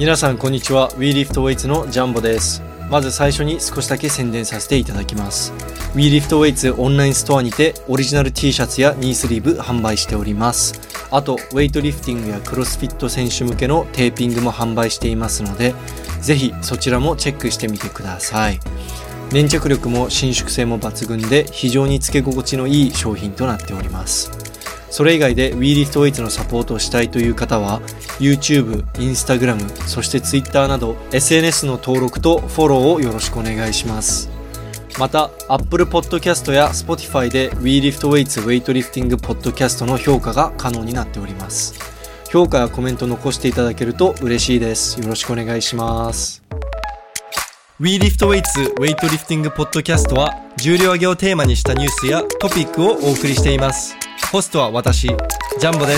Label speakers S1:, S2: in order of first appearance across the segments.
S1: 皆さんこんにちは。 WeLiftWeights のジャンボです。まず最初に少しだけ宣伝させていただきます。 WeLiftWeights オンラインストアにてオリジナル T シャツやニースリーブ販売しております。あとウェイトリフティングやクロスフィット選手向けのテーピングも販売していますので、ぜひそちらもチェックしてみてください。粘着力も伸縮性も抜群で非常につけ心地のいい商品となっております。それ以外で WeLiftWeights のサポートをしたいという方は YouTube、Instagram、そして Twitter など SNS の登録とフォローをよろしくお願いします。また Apple Podcast や Spotify で WeLiftWeights ウェイトリフティングポッドキャストの評価が可能になっております。評価やコメント残していただけると嬉しいです。よろしくお願いします。WeLiftWeights ウェイトリフティングポッドキャストは重量挙げをテーマにしたニュースやトピックをお送りしています。ホストは私、ジャンボです。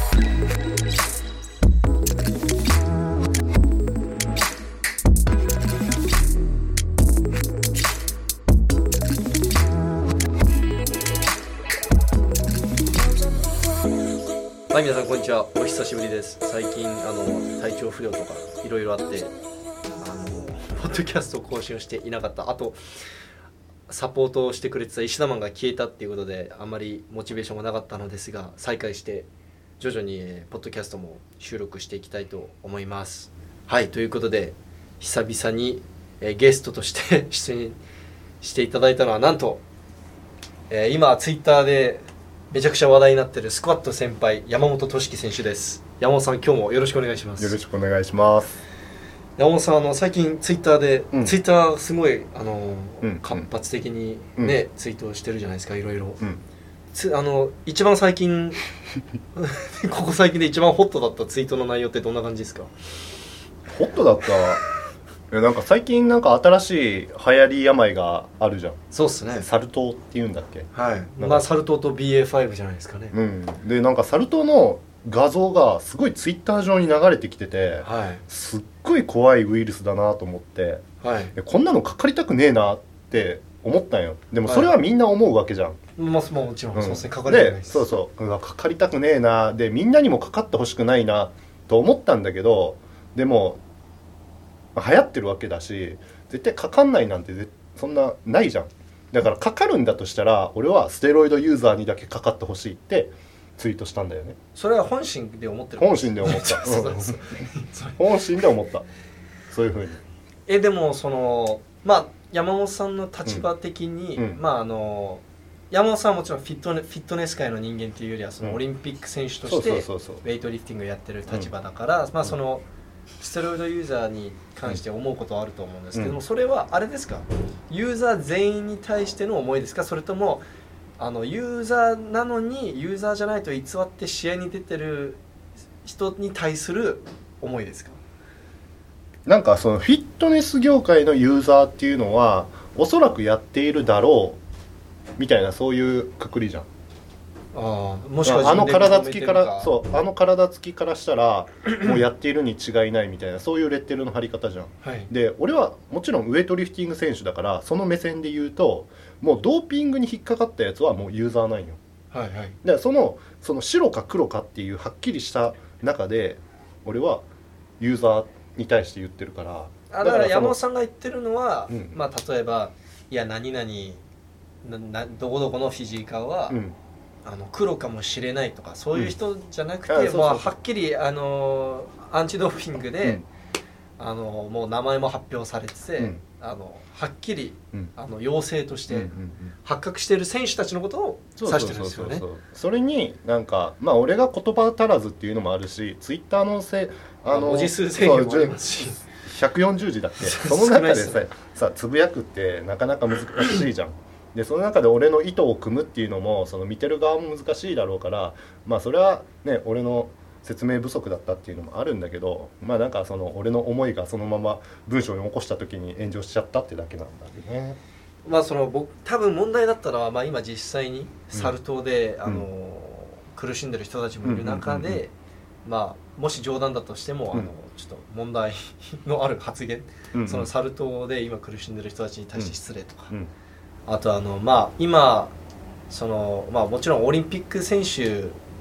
S1: はい、皆さんこんにちは。お久しぶりです。最近体調不良とかいろいろあってポッドキャストを更新をしていなかった。あとサポートをしてくれてた石田マンが消えたっていうことであんまりモチベーションがなかったのですが、再開して徐々にポッドキャストも収録していきたいと思います。はい、ということで久々にゲストとして出演していただいたのはなんと今ツイッターでめちゃくちゃ話題になっているスクワット先輩山本俊樹選手です。山本さん、今日もよろしくお願いします。
S2: よろしくお願いします。
S1: 山本さん、最近ツイッターで、ツイッターすごい活発的にね、ツイートしてるじゃないですか、いろいろ。一番最近ここ最近で一番ホットだったツイートの内容ってどんな感じですか？
S2: ホットだったなんか最近なんか新しい流行り病があるじゃん。
S1: そうっすね。
S2: サル痘っていうんだっけ？
S1: はい。まあサル痘と BA.5 じゃないですかね。
S2: でなんかサル痘の画像がすごいツイッター上に流れてきてて、すっごい怖いウイルスだなと思って、こんなのかかりたくねえなって思ったんよ。でもそれはみんな思うわけじゃん。
S1: もちろんそうですね、かかりたくないです。
S2: かかりたくねえなで、みんなにもかかってほしくないなと思ったんだけど、でも流行ってるわけだし絶対かかんないなんてそんなないじゃん。だからかかるんだとしたら俺はステロイドユーザーにだけかかってほしいってツイートしたんだよね。
S1: それは本心で思ってる？本
S2: 心で思った本心で思った。そういうふうに
S1: でも山本さんの立場的に、山本さんはもちろんフィットネス界の人間というよりはオリンピック選手としてウェイトリフティングをやってる立場だから、ステロイドユーザーに関して思うことはあると思うんですけども、それはあれですか、ユーザー全員に対しての思いですか、それともユーザーなのにユーザーじゃないと偽って試合に出てる人に対する思いですか？
S2: なんかそのフィットネス業界のユーザーっていうのはおそらくやっているだろうみたいな、そういうくくりじゃん。もしかして体つきからしたらもうやっているに違いないみたいな、そういうレッテルの貼り方じゃん。で俺はもちろんウェイトリフティング選手だから、その目線で言うともうドーピングに引っかかったやつはもうユーザーなんよ。でその白か黒かっていうはっきりした中で俺はユーザーに対して言ってるから。
S1: だから山本さんが言ってるのは、例えばいや何々どこどこのフィジーカーは、黒かもしれないとかそういう人じゃなくて、はっきりアンチドーピングで、もう名前も発表されてて、はっきり、陽性として発覚している選手たちのことを指してるんですよね。
S2: それになんか俺が言葉足らずっていうのもあるし、ツイッターの
S1: 文字数制限もありますし
S2: 140字だっけその中でさつぶやくってなかなか難しいじゃん。でその中で俺の意図を組むっていうのも見てる側も難しいだろうから、それはね俺の説明不足だったっていうのもあるんだけど、なんか俺の思いがそのまま文章に起こした時に炎上しちゃったってだけなんだね。
S1: 多分問題だったのは、今実際にサル痘で、苦しんでる人たちもいる中で、もし冗談だとしても、ちょっと問題のある発言、そのサル痘で今苦しんでる人たちに対して失礼とか、あと今もちろんオリンピック選手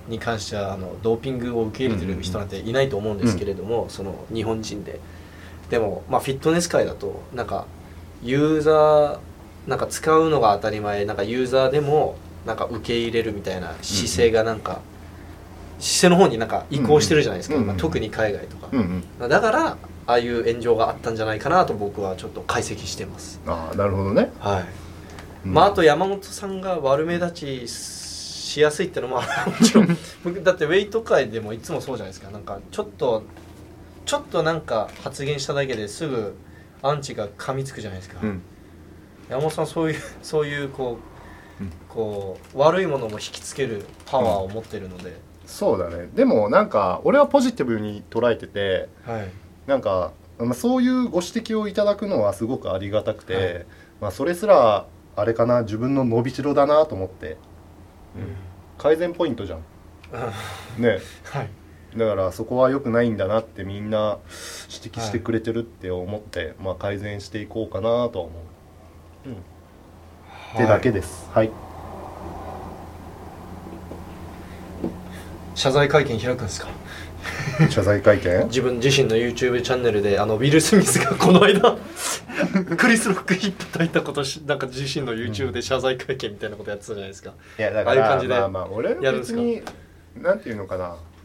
S1: に関してはドーピングを受け入れてる人なんていないと思うんですけれども、その日本人でも、フィットネス界だとなんかユーザーなんか使うのが当たり前、なんかユーザーでもなんか受け入れるみたいな姿勢がなんか、姿勢の方になんか移行してるじゃないですか、特に海外とか、だからああいう炎上があったんじゃないかなと僕はちょっと解析してます。
S2: ああ、なるほどね。
S1: はい。あと山本さんが悪目立ちしやすいってのももちろん僕だってウェイト界でもいつもそうじゃないですか。なんかちょっとなんか発言しただけですぐアンチが噛みつくじゃないですか、山本さんそういうこう悪いものも引きつけるパワーを持ってるので、
S2: そうだね。でもなんか俺はポジティブに捉えてて、なんかそういうご指摘をいただくのはすごくありがたくて、それすらあれかな、自分の伸びしろだなと思って、改善ポイントじゃんね、だからそこは良くないんだなってみんな指摘してくれてるって思って、改善していこうかなとは思う、ってだけです。はい。
S1: 謝罪会見開くんですか？
S2: 謝罪会見？
S1: 自分自身の YouTube チャンネルでウィル・スミスがこの間クリス・ロックヒップ叩いたことなんか自身の YouTube で謝罪会見みたいなことやってたじゃないですか。
S2: いやだからああいう感じで俺は別になんていうのか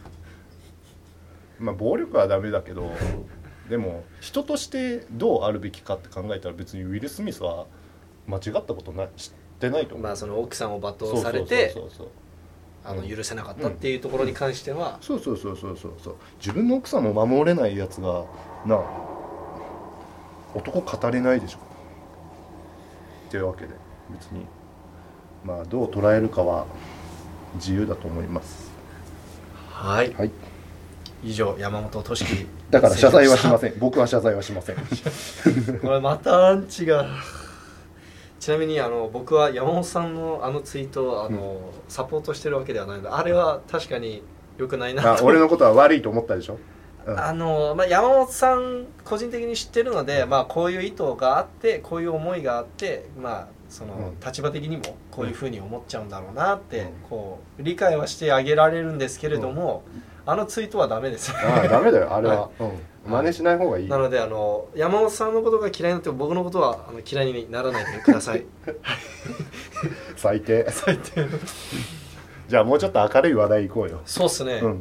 S2: な、暴力はダメだけどでも人としてどうあるべきかって考えたら別にウィル・スミスは間違ったことしてないと思う。
S1: その奥さんを罵倒されて許せなかったっていうところに関しては、
S2: そう自分の奥さんも守れないやつが男語れないでしょっていうわけで、別にどう捉えるかは自由だと思います。
S1: はい、以上山本俊樹
S2: だから謝罪はしません。僕は謝罪はしません
S1: これまたアンチが。ちなみに僕は山本さんのツイートをサポートしてるわけではないので、あれは確かに良くないなと。
S2: 俺のことは悪いと思ったでしょ。
S1: 山本さん個人的に知ってるので、こういう意図があってこういう思いがあって、その立場的にもこういうふうに思っちゃうんだろうなってこう理解はしてあげられるんですけれども、ツイートはダメです。
S2: ダメだよあれは、真似しない方がいい。
S1: なので山本さんのことが嫌いになっても僕のことは嫌いにならないでください
S2: 最低じゃあもうちょっと明るい話題いこうよ。
S1: そうっすね、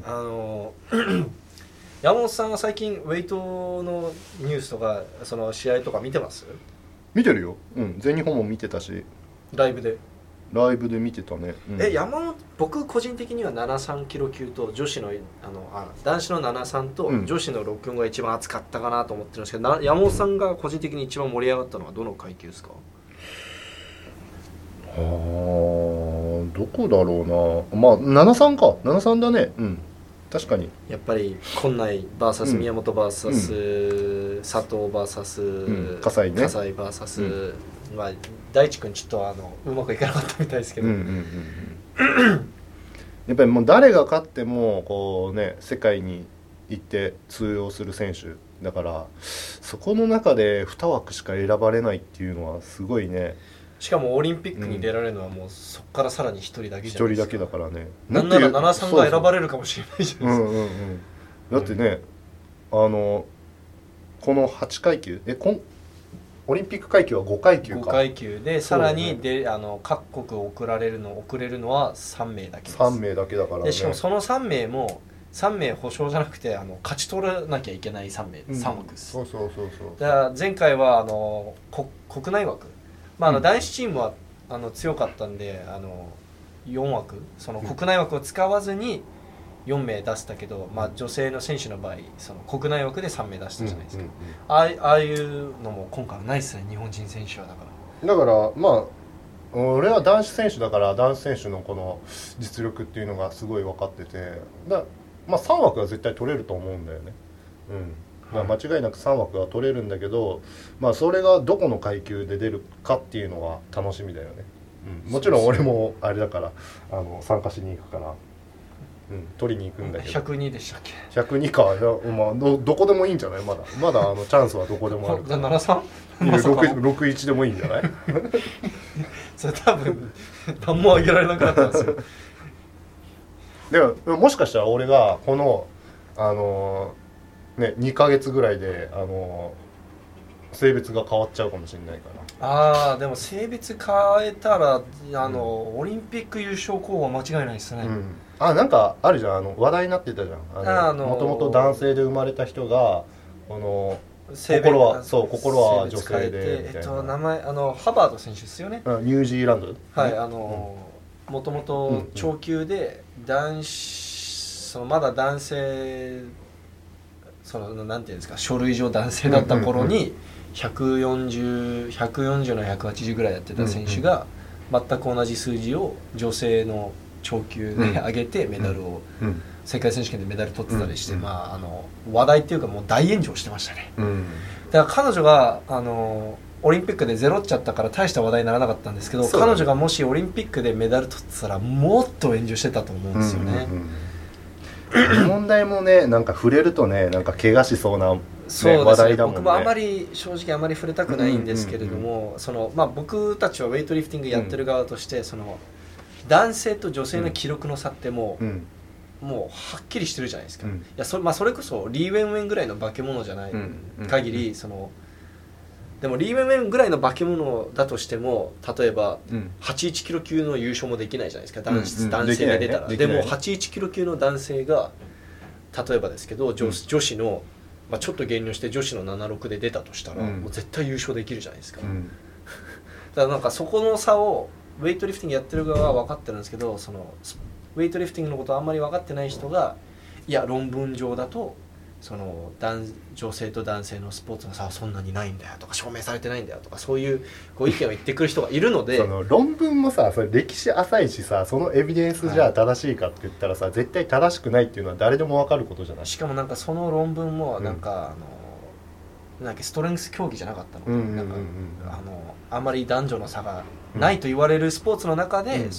S1: 山本さんは最近ウェイトのニュースとかその試合とか見てます？
S2: 見てるよ、全日本も見てたし
S1: ライブで
S2: 見てたね、
S1: 僕個人的には73キロ級と女子の男子の73と女子の64が一番熱かったかなと思ってるんですけど、山本さんが個人的に一番盛り上がったのはどの階級ですか？
S2: どこだろうな。73か、73だね。確かに
S1: やっぱり今内 VS 宮本 VS 佐藤 VS
S2: 葛西ね、
S1: 葛西 VS 大地君ちょっとうまくいかなかったみたいですけど、や
S2: っぱりもう誰が勝ってもこうね世界に行って通用する選手だから、そこの中で2枠しか選ばれないっていうのはすごいね。
S1: しかもオリンピックに出られるのはもうそこからさらに1人だけじゃないですか。
S2: 1人だけだからね。
S1: なんなら73が選ばれるかもしれないじゃないですか。
S2: だってね、この8階級オリンピック階級は5階級か。
S1: 5階級でさらに各国送れるのは3名だけです。
S2: 3名だけだからね。
S1: でしかもその3名も3名保証じゃなくて勝ち取らなきゃいけない3枠です。
S2: そう
S1: だから前回は国内枠、男子チームは強かったんで4枠その国内枠を使わずに4名出したけど、女性の選手の場合その国内枠で3名出したじゃないですか。ああいうのも今回はないですね、日本人選手は。だ
S2: から俺は男子選手だから男子選手のこの実力っていうのがすごい分かってて、3枠は絶対取れると思うんだよね。間違いなく3枠は取れるんだけど、それがどこの階級で出るかっていうのは楽しみだよね。もちろん俺もあれだから参加しに行くから、取りに行くんだけど。
S1: 102でしたっけ
S2: ？102か。どこでもいいんじゃない？まだチャンスはどこでもあるから。
S1: 73？
S2: 61でもいいんじゃない？
S1: それ多分何もあげられなくなったんですよ。
S2: でももしかしたら俺がこの2ヶ月ぐらいで性別が変わっちゃうかもしれないか
S1: ら。でも性別変えたらオリンピック優勝候補は間違いないですね、
S2: なんかあるじゃん、話題になってたじゃん、もともと男性で生まれた人が心は女性でみたいな、
S1: 名前ハバード選手ですよね、
S2: ニュージーランド、
S1: もともと長級でまだ男性なんていうんですか、書類上男性だった頃に140の180ぐらいやってた選手が全く同じ数字を女性の長級で上げてメダルを、世界選手権でメダル取ってたりして、話題っていうかもう大炎上してましたね、だから彼女がオリンピックでゼロっちゃったから大した話題にならなかったんですけど、彼女がもしオリンピックでメダル取ってたらもっと炎上してたと思うんですよね、
S2: 問題もね、なんか触れるとね、なんか怪我しそうな、話題だもんね。
S1: 僕もあまり正直あまり触れたくないんですけれども、僕たちはウェイトリフティングやってる側として、男性と女性の記録の差ってもうはっきりしてるじゃないですか、いやそれこそリー・ウェンウェンぐらいの化け物じゃない限り、でもリー・ウェンウェンぐらいの化け物だとしても、例えば81キロ級の優勝もできないじゃないですか、男性が出たら。でも81キロ級の男性が例えばですけど、女子の、ちょっと減量して女子の76で出たとしたら、もう絶対優勝できるじゃないですか、だからなんかそこの差をウェイトリフティングやってる側は分かってるんですけど、ウェイトリフティングのことをあんまり分かってない人が、いや論文上だと女性と男性のスポーツの差はそんなにないんだよとか、証明されてないんだよとか、そういうご意見を言ってくる人がいるので、
S2: 論文もさ、それ歴史浅いしさ、そのエビデンスじゃあ正しいかって言ったらさ、絶対正しくないっていうのは誰でも分かることじゃない。
S1: しかもなんかその論文もなんか、なんかストレングス競技じゃなかったので、あんまり男女の差がないと言われるスポーツの中で、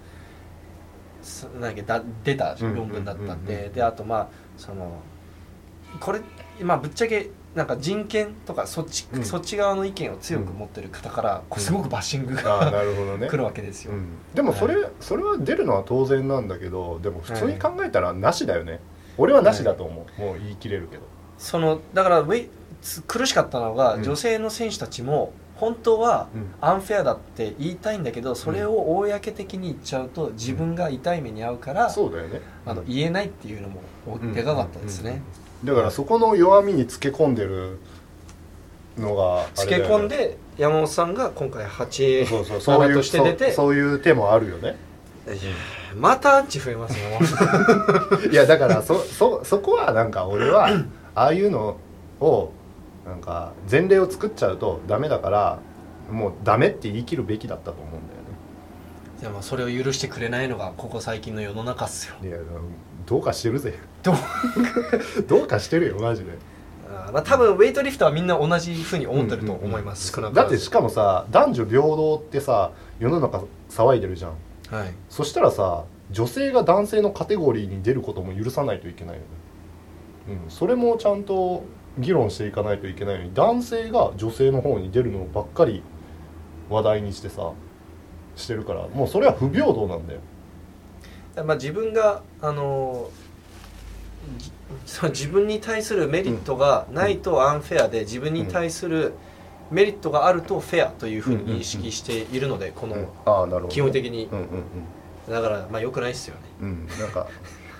S1: 出た論文だったんで、であとこれぶっちゃけなんか人権とかそっち側の意見を強く持ってる方からすごくバッシングが来るわけですよ。
S2: でもそれは出るのは当然なんだけど、でも普通に考えたらなしだよね。俺はなしだと思う。もう言い切れるけど。
S1: だから苦しかったのが、女性の選手たちも本当はアンフェアだって言いたいんだけど、それを公的に言っちゃうと自分が痛い目に遭うから、
S2: そうだよね、
S1: 言えないっていうのもでかかったですね。
S2: だからそこの弱みにつけ込んでるのが
S1: つけ込んで、山本さんが今回8 7として出て、
S2: そういう手もあるよね。
S1: またアンチ増えますよ
S2: いやだからそこはなんか俺はああいうのをなんか前例を作っちゃうとダメだから、もうダメって言い切るべきだったと思うんだよね。
S1: でもそれを許してくれないのがここ最近の世の中っすよ。
S2: いやどうかしてるぜ。どうかしてるよマジで。
S1: 多分ウェイトリフトはみんな同じふうに思ってると思います。
S2: だってしかもさ、男女平等ってさ世の中騒いでるじゃん、そしたらさ、女性が男性のカテゴリーに出ることも許さないといけないよね。それもちゃんと議論していかないといけないのに、男性が女性の方に出るのばっかり話題にしてさしてるから、もうそれは不平等なんだよ。
S1: 自分が自分に対するメリットがないとアンフェアで、自分に対するメリットがあるとフェアというふうに認識しているので、この基本的に、だから良くないですよね。
S2: なんか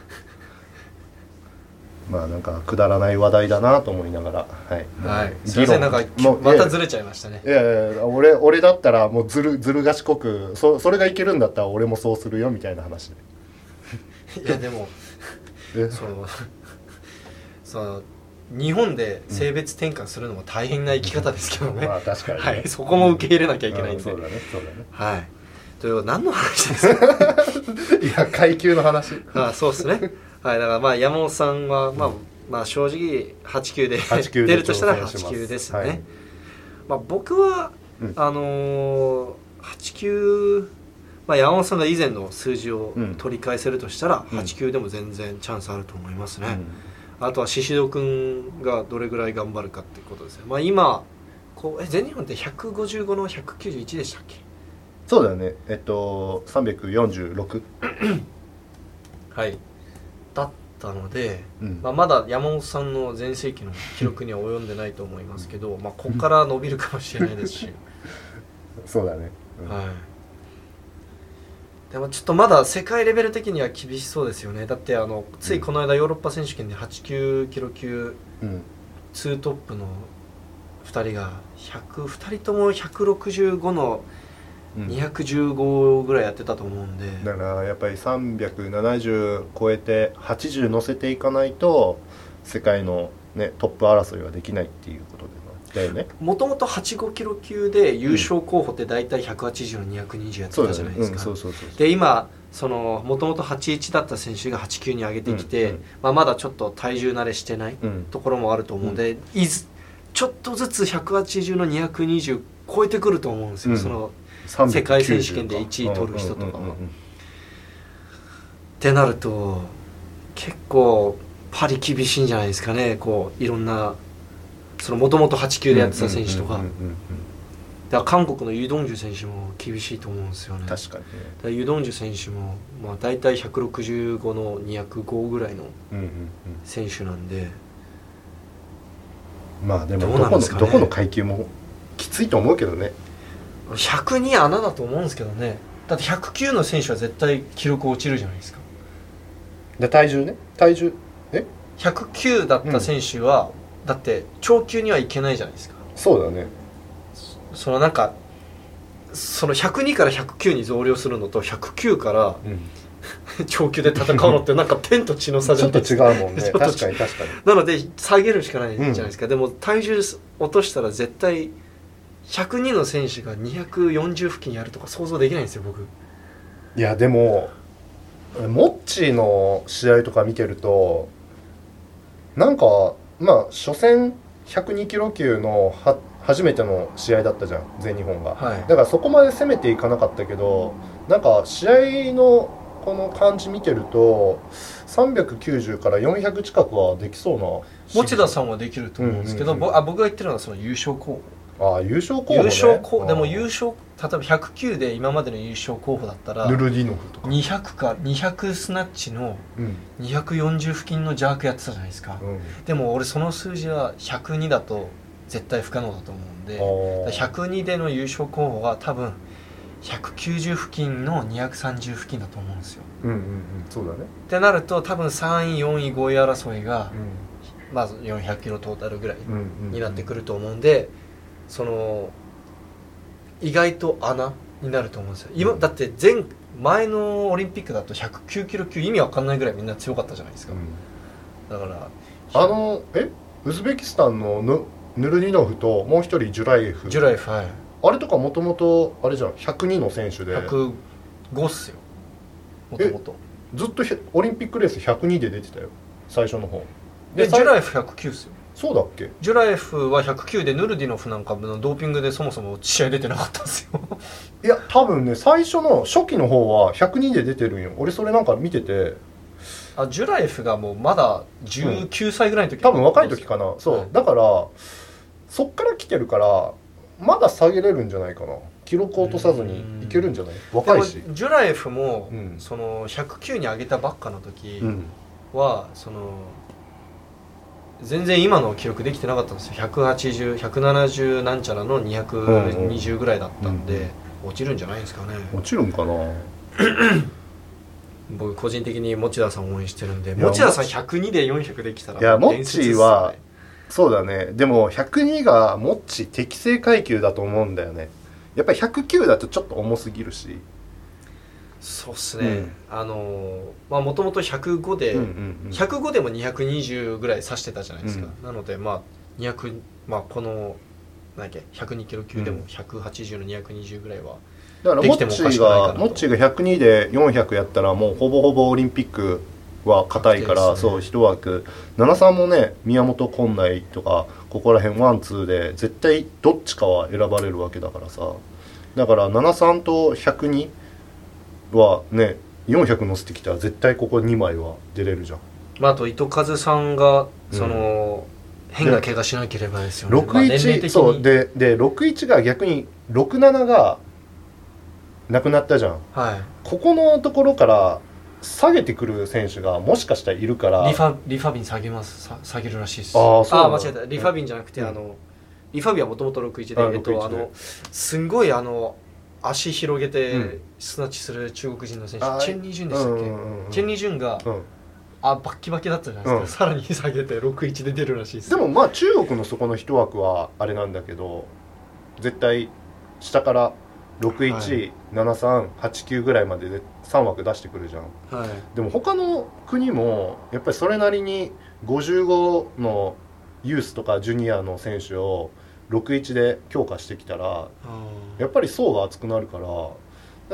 S2: なんかくだらない話題だなと思いながら、
S1: すいません、なんかまたずれちゃいましたね。
S2: いや俺だったらもうずる賢くそれがいけるんだったら俺もそうするよみたいな話で。
S1: いやでも日本で性別転換するのも大変な生き方ですけどね。
S2: 確かに、
S1: そこも受け入れなきゃいけないんで。
S2: そうだね。
S1: という何の話ですか。
S2: いや階級の話。
S1: そうですね。だから山本さんは正直8級で出るとしたら8級ですね。僕は8級、山本さんが以前の数字を取り返せるとしたら8級でも全然チャンスあると思いますね。あとは宍戸君がどれぐらい頑張るかってことですね。今全日本って155の191でしたっけ。
S2: そうだよね。346
S1: はいだったので、まだ山本さんの全盛期の記録には及んでないと思いますけど、ここから伸びるかもしれないですし
S2: そうだね、
S1: はい。でもちょっとまだ世界レベル的には厳しそうですよね。だってついこの間ヨーロッパ選手権で89キロ級、2トップの2人が2人とも165の215ぐらいやってたと思うんで、
S2: だからやっぱり370超えて80乗せていかないと世界の、ね、トップ争いはできないっていうことだよね。も
S1: ともと85キロ級で優勝候補って大体180の220やってたじゃないですか。で今もともと81だった選手が89に上げてきて、まだちょっと体重慣れしてないところもあると思うんで、ちょっとずつ180の220超えてくると思うんですよ、その世界選手権で1位取る人とかも。ってなると結構パリ厳しいんじゃないですかね。いろんなもともと8級でやってた選手とか、だから韓国のユ・ドンジュ選手も厳しいと思うんですよね。
S2: 確かにね。
S1: だからユ・ドンジュ選手も、大体165の205ぐらいの選手なんで、
S2: でもどこの階級もきついと思うけどね。
S1: 102穴だと思うんですけどね。だって109の選手は絶対記録落ちるじゃないですか。
S2: で体重
S1: 109だった選手は、だって長級にはいけないじゃないですか。
S2: そうだね。
S1: なんか102から109に増量するのと109から、長級で戦うのってなんか天と地の差じゃないですか。
S2: ちょっと違うもんね確かに
S1: なので下げるしかないじゃないですか、でも体重落としたら絶対102の選手が240付近やるとか想像できないんですよ僕。
S2: いやでもモッチーの試合とか見てるとなんか初戦102キロ級の初めての試合だったじゃん全日本が、だからそこまで攻めていかなかったけど、なんか試合のこの感じ見てると390から400近くはできそうな。
S1: 持田さんはできると思うんですけど、僕が言ってるのは優勝候補。
S2: 優勝候補ね。
S1: でも例えば109で今までの優勝候補だったら
S2: ヌルディノフとか
S1: 200スナッチの240付近のジャークやってたじゃないですか、でも俺その数字は102だと絶対不可能だと思うんで、102での優勝候補は多分190付近の230付近だと思うんですよ。
S2: そうだね。
S1: ってなると多分3位4位5位争いが、まず400キロトータルぐらいになってくると思うんで、意外と穴になると思うんですよ。だって前のオリンピックだと109キロ級意味わかんないぐらいみんな強かったじゃないですか、だから
S2: ウズベキスタンのヌルディノフともう一人ジュライエフ、
S1: はい、
S2: あれとかもともとあれじゃん102の選手で
S1: 105っすよ。もともと
S2: ずっとオリンピックレース102で出てたよ最初の方
S1: で。ジュラエフ109っすよ。
S2: そうだっけ。
S1: ジュラエフは109でヌルディノフなんかのドーピングでそもそも試合出てなかったんですよ
S2: いや多分ね最初の初期の方は102で出てるんよ。俺それなんか見てて、
S1: ジュラエフがもうまだ19歳ぐらいの時、
S2: 多分若い時かな。そう、だからそっから来てるからまだ下げれるんじゃないかな。記録落とさずにいけるんじゃない。若いし。
S1: ジュラエフも、109に上げたばっかの時は、全然今の記録できてなかったんですよ。170なんちゃらの220ぐらいだったんで、落ちるんじゃないですかね。
S2: 落ちるんかな
S1: 僕個人的に持田さん応援してるんで、持田さん102で400できたら、
S2: いやモッチーはそうだね。でも102がモッチー適正階級だと思うんだよね。やっぱり109だとちょっと重すぎるし。
S1: そうっすね、もともと105で、105でも220ぐらい指してたじゃないですか、なので200、この何だっけ102キロ級でも180の220ぐらいはできてもおかしくないかなと。
S2: モッチーが102で400やったらもうほぼほぼオリンピックは硬いから、そう一枠73もね宮本近内とかここら辺ワンツーで絶対どっちかは選ばれるわけだからさ。だから73と102はね400乗せてきたら絶対ここ2枚は出れるじゃん。
S1: あと糸数さんが変な怪我しなければですよね。
S2: 61、そうで61が逆に67がなくなったじゃん、ここのところから下げてくる選手がもしかしたらいるから。
S1: リファビン下げるらしいです。
S2: そう
S1: 間違えた。リファビンじゃなくて、リファビンはもともと61で、すんごい足広げてスナッチする中国人の選手、チェン・ニージュンでしたっけ、チェン・ニージュンが、バッキバキだったじゃないですか、さらに下げて6-1で出るらしいです。
S2: でもまあ中国のそこの一枠はあれなんだけど、絶対下から61、73、89ぐらいまでで3枠出してくるじゃん、でも他の国もやっぱりそれなりに55のユースとかジュニアの選手を6-1で強化してきたら、やっぱり層が厚くなるから、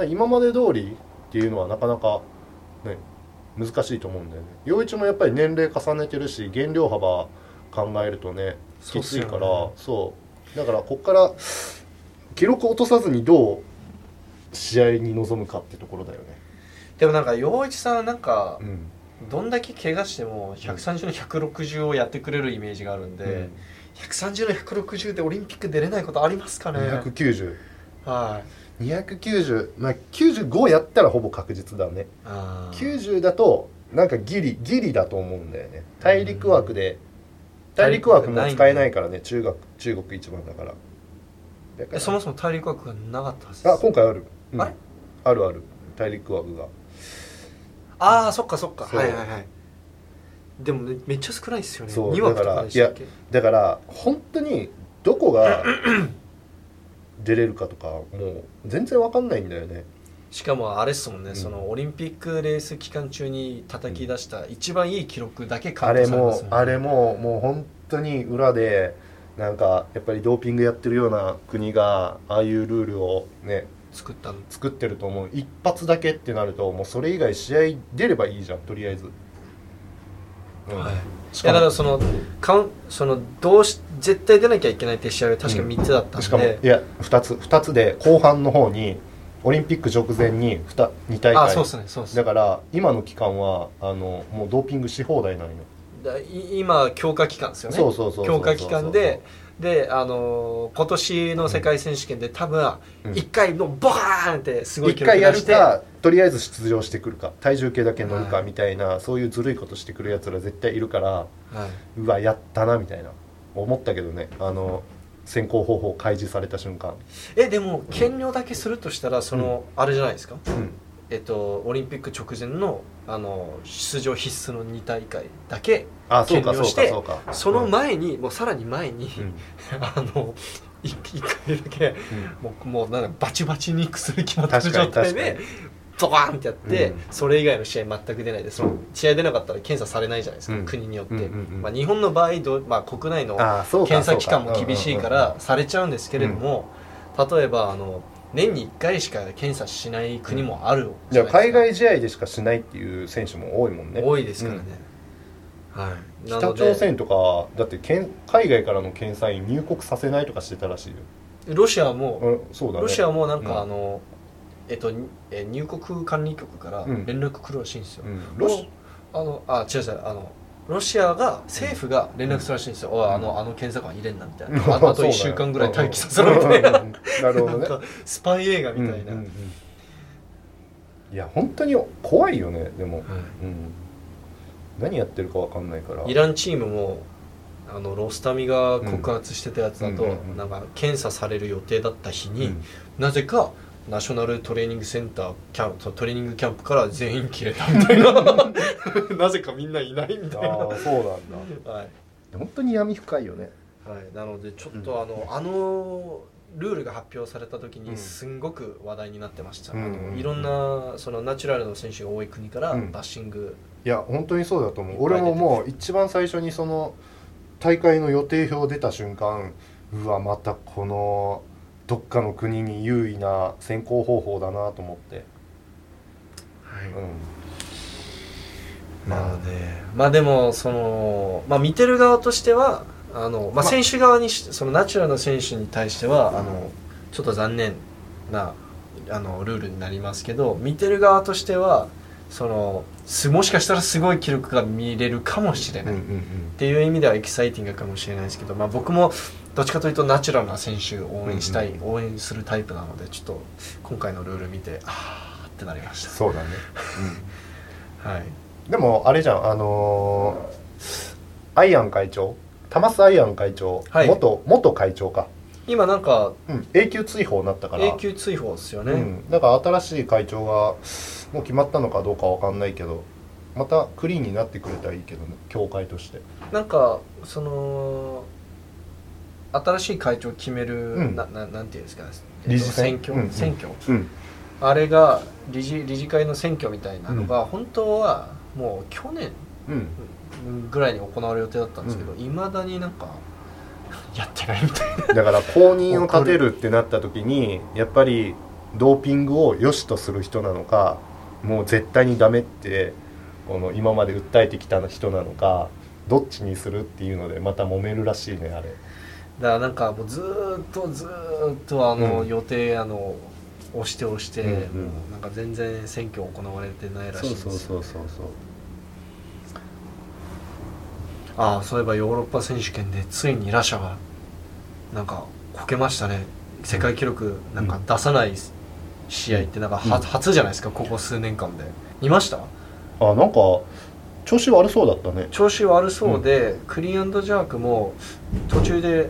S2: 今まで通りっていうのはなかなかね難しいと思うんだよね。陽一もやっぱり年齢重ねてるし、減量幅考えるとねきついから、そうだからこっから記録を落とさずにどう試合に臨むかってところだよね。
S1: でもなんか陽一さんなんか、どんだけ怪我しても130の160をやってくれるイメージがあるんで、130の160でオリンピック出れないことありますかね。
S2: 290、
S1: はい、
S2: 290、まあ95やったらほぼ確実だね。90だとなんかギリだと思うんだよね。大陸枠も使えないからね、中国一番だから。
S1: そもそも大陸枠がなかったはずです。
S2: 今回ある、ある大陸枠が。
S1: そっかはい。でも、ね、めっちゃ少ないですよね。
S2: そう
S1: 2枠とかでしたっけ。
S2: だから本当にどこが出れるかとかもう全然わかんないんだよね。
S1: しかもあれっすもんね、そのオリンピックレース期間中に叩き出した一番いい記録だけカウントされますもんね。
S2: あれももう本当に裏でなんかやっぱりドーピングやってるような国がああいうルールをね作ってると思う。一発だけってなるともうそれ以外試合出ればいいじゃん、とりあえず。
S1: いやだから絶対出なきゃいけないって試合は確か3つだったんで、
S2: しかもいや2つで後半の方にオリンピック直前に2大会。
S1: そうですね。
S2: だから今の期間はもうドーピングし放題なんよ。
S1: 今強化期間ですよね。強化期間で今年の世界選手権で多分1回のボカーンってすごい記録出して、
S2: 1回やるかとりあえず出場してくるか体重計だけ乗るかみたいな、そういうずるいことしてくるやつら絶対いるから、うわやったなみたいな思ったけどね、選考方法開示された瞬間。
S1: でも減量だけするとしたらあれじゃないですか、オリンピック直前の出場必須の2大会だけ減量して、その前に、もうさらに前に、1回だけ、もうなんかバチバチに薬決まってる状態でドカーンってやって、それ以外の試合全く出ないで、その試合出なかったら検査されないじゃないですか、国によって。日本の場合国内の検査機関も厳しいからされちゃうんですけれども、例えば年に1回しか検査しない国もある
S2: じゃないですか。海外試合でしかしないっていう選手も多いもんね。
S1: 多いですからね、
S2: 北朝鮮とかだって海外からの検査員入国させないとかしてたらしいよ。
S1: ロシアも、
S2: そうだね、
S1: ロシアもなんか入国管理局から連絡来るらしいんですよ。ロシアが政府が連絡するらしいんですよ。検査官入れんなみたいな。あと1週間ぐらい待機させろみたいな。
S2: なるほどね。
S1: スパイ映画みたいな。
S2: いや本当に怖いよね。でも、何やってるか分かんないから。
S1: イランチームもロスタミが告発してたやつだと、なんか検査される予定だった日に、なぜかナショナルトレーニングセンタートレーニングキャンプから全員切れたみたいななぜかみんないないみたいな。
S2: そうなんだ、本当に闇深いよね。
S1: なのでちょっとルールが発表された時にすんごく話題になってました。いろんなそのナチュラルの選手が多い国からバッシング、
S2: いや本当にそうだと思う。俺ももう一番最初にその大会の予定表出た瞬間、うわまたこのどっかの国に優位な選考方法だなと思って。
S1: でも見てる側としては選手側にそのナチュラルの選手に対してはちょっと残念なルールになりますけど、見てる側としてはもしかしたらすごい記録が見れるかもしれないっていう意味ではエキサイティングかもしれないですけど、僕もどっちかというとナチュラルな選手を応援するタイプなので、ちょっと今回のルール見てってなりました。
S2: そうだね、
S1: はい、
S2: でもあれじゃん、アイアン会長、タマスアイアン会長、はい、元会長か、
S1: 今なんか、
S2: 永久追放になったから。
S1: 永久追放ですよね、
S2: だから新しい会長がもう決まったのかどうかわかんないけど、またクリーンになってくれたらいいけどね、協会として。
S1: なんかその新しい会長を決める、なんていうんですか、
S2: 理事選
S1: 挙、あれが理事会の選挙みたいなのが、本当はもう去年ぐらいに行われる予定だったんですけど、いまだになんかやってないみたいな。
S2: だから公認を立てるってなった時に、やっぱりドーピングを良しとする人なのか、もう絶対にダメってこの今まで訴えてきた人なのか、どっちにするっていうのでまた揉めるらしいね、あれ。
S1: だからなんかもうずーっと予定押して、もうなんか全然選挙行われてないらしいんですよ。
S2: そう
S1: そういえばヨーロッパ選手権でついにラシャがなんかこけましたね。世界記録なんか出さない試合ってなんか初じゃないですか、ここ数年間で。見ました？
S2: なんか調子悪そうだったね。
S1: 調子悪そうで、クリーン&ジャークも途中で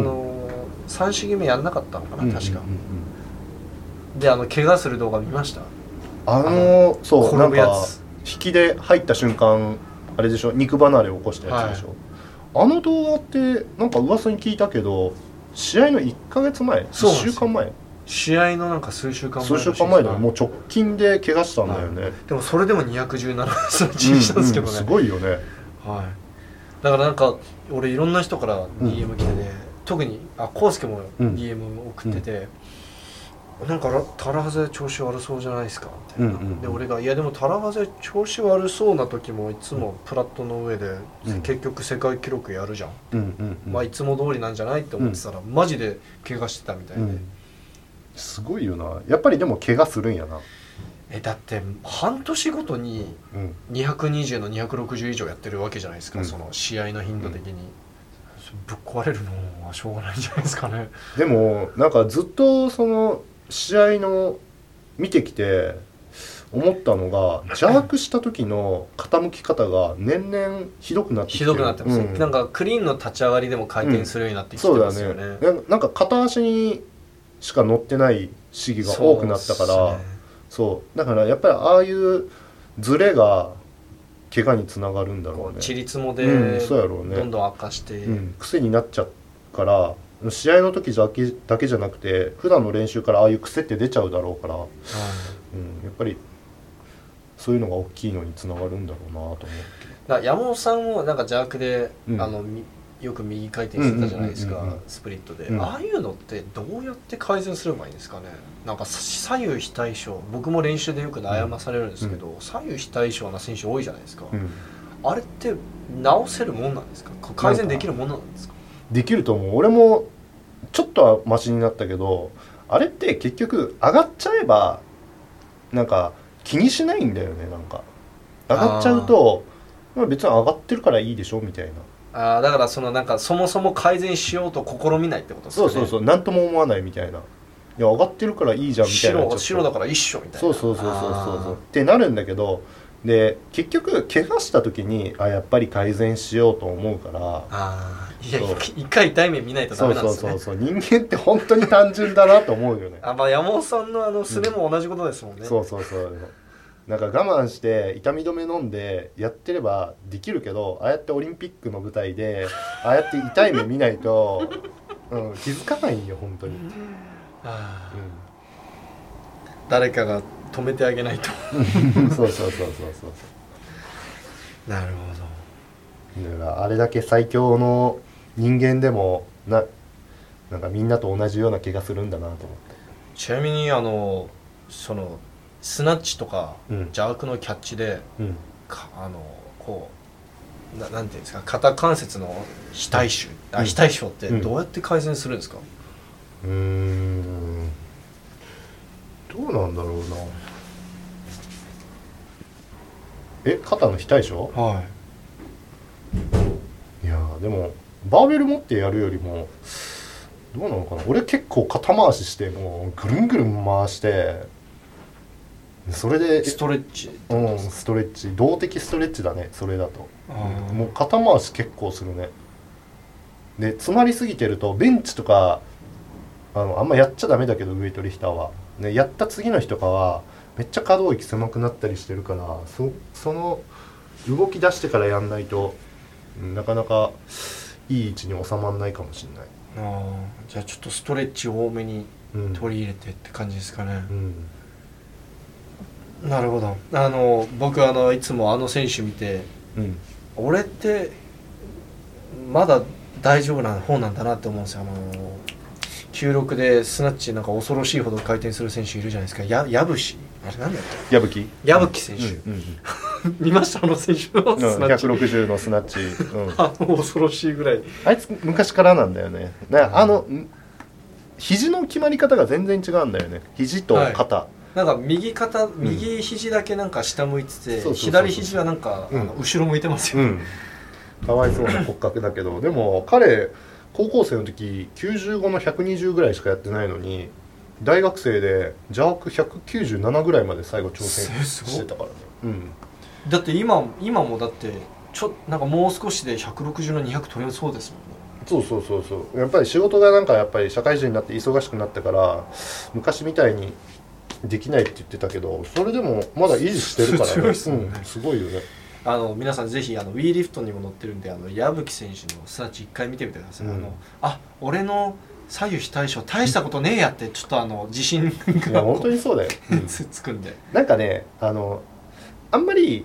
S1: 3試技目やんなかったのかな、確か。で怪我する動画見ました？
S2: そうなんか引きで入った瞬間あれでしょ、肉離れを起こしたやつでしょ、あの動画ってなんか噂に聞いたけど、試合の1ヶ月前、1週間前、
S1: 試合のなんか数週間
S2: 前だよ。もう直近で怪我したんだよね。
S1: でもそれでも217センチしたんですけどね、
S2: すごいよね。
S1: だからなんか俺いろんな人から DM 来てて、特に康介も DM 送ってて、なんかタラハゼ調子悪そうじゃないですかみたいな、で俺がいやでもタラハゼ調子悪そうな時もいつもプラットの上で結局世界記録やるじゃん、いつも通りなんじゃないって思ってたら、マジで怪我してたみたいで、
S2: すごいよな。やっぱりでも怪我するんやな。
S1: だって半年ごとに220の260以上やってるわけじゃないですか、その試合の頻度的に、ぶっ壊れるのはしょうがないんじゃないですかね。
S2: でもなんかずっとその試合の見てきて思ったのが、邪悪した時の傾き方が年々ひどくなってきてる。
S1: ます、なんかクリーンの立ち上がりでも回転するようになってきてますよね。
S2: そうだね。なんか片足にしか乗ってない試技が多くなったから、そうだからやっぱりああいうズレが怪我につながるんだろうね。
S1: ちりつもで
S2: そうやろうね、
S1: どんどん悪化して、
S2: 癖になっちゃうから試合の時だけじゃなくて普段の練習からああいう癖って出ちゃうだろうから、やっぱりそういうのが大きいのにつながるんだろうなと思って。
S1: 山本さんもなんか邪悪で、よく右回転してたじゃないですか、スプリットで、ああいうのってどうやって改善すればいいんですかね。なんか左右非対称、僕も練習でよく悩まされるんですけど、左右非対称な選手多いじゃないですか、あれって直せるもんなんですか、改善できるもんなんですか。
S2: できると思う。俺もちょっとはマシになったけど、あれって結局上がっちゃえばなんか気にしないんだよね。なんか上がっちゃうと別に上がってるからいいでしょみたいな。
S1: だからなんかそもそも改善しようと試みないってことですかね。
S2: そう何とも思わないみたいな。いや上がってるからいいじゃんみたいな。
S1: 白だから一緒みたいな。
S2: そうってなるんだけど、で結局怪我した時にやっぱり改善しようと思うから、
S1: いや一回痛い目見ないとダメなんですね。
S2: そう人間って本当に単純だなと思うよね。
S1: 山本さんのすねも同じことですもんね。
S2: そうなんか我慢して痛み止め飲んでやってればできるけど、ああやってオリンピックの舞台でああやって痛い目見ないと、気づかないよ本当に。
S1: 誰かが止めてあげないと。
S2: そう
S1: なるほ
S2: ど。だからあれだけ最強の人間でもなんかみんなと同じような気がするんだなと思って。
S1: ちなみにそのスナッチとか、邪悪のキャッチで、こうなんていうんですか、肩関節の非対称ってどうやって改善するんですか。
S2: どうなんだろうな。肩の非対称？いやでもバーベル持ってやるよりもどうなのかな。俺結構肩回ししてもうぐるんぐるん回してそれで
S1: ストレッチ、
S2: ストレッチ、動的ストレッチだね、それだと。もう肩回し結構するね。で詰まりすぎてるとベンチとかあんまやっちゃダメだけど、ウエイトリフターは、ね、やった次の日とかはめっちゃ可動域狭くなったりしてるから、その動き出してからやんないと、なかなかいい位置に収まらないかもしれない。
S1: じゃあちょっとストレッチを多めに取り入れてって感じですかね。なるほど。僕いつも選手見て、俺ってまだ大丈夫な方なんだなって思うんですよ。96でスナッチなんか恐ろしいほど回転する選手いるじゃないですか。矢吹、あれなんだっけ、矢吹選手、見ました、選手のスナッチ、
S2: 160のスナッチ、
S1: 恐ろしいぐらい。
S2: あいつ昔からなんだよね。肘の決まり方が全然違うんだよね、肘と肩、
S1: なんか右肘だけなんか下向いてて、左肘はなんか後ろ向いてますよ、
S2: かわいそうな骨格だけどでも彼高校生の時95の120ぐらいしかやってないのに、大学生で邪悪197ぐらいまで最後挑戦してたからね。
S1: だって今もだってなんかもう少しで160の200取れそうですもんね。
S2: そうやっぱり仕事がなんかやっぱり社会人になって忙しくなってから昔みたいにできないって言ってたけど、それでもまだ維持してるからね。すごいよね。
S1: 皆さんぜひWEリフトにも載ってるんで、矢吹選手のスナッチ1回見てみてください。俺の左右非対称大したことねえやって、ちょっと自信が
S2: 本当にそうだよ、
S1: つくんで、
S2: なんかねあんまり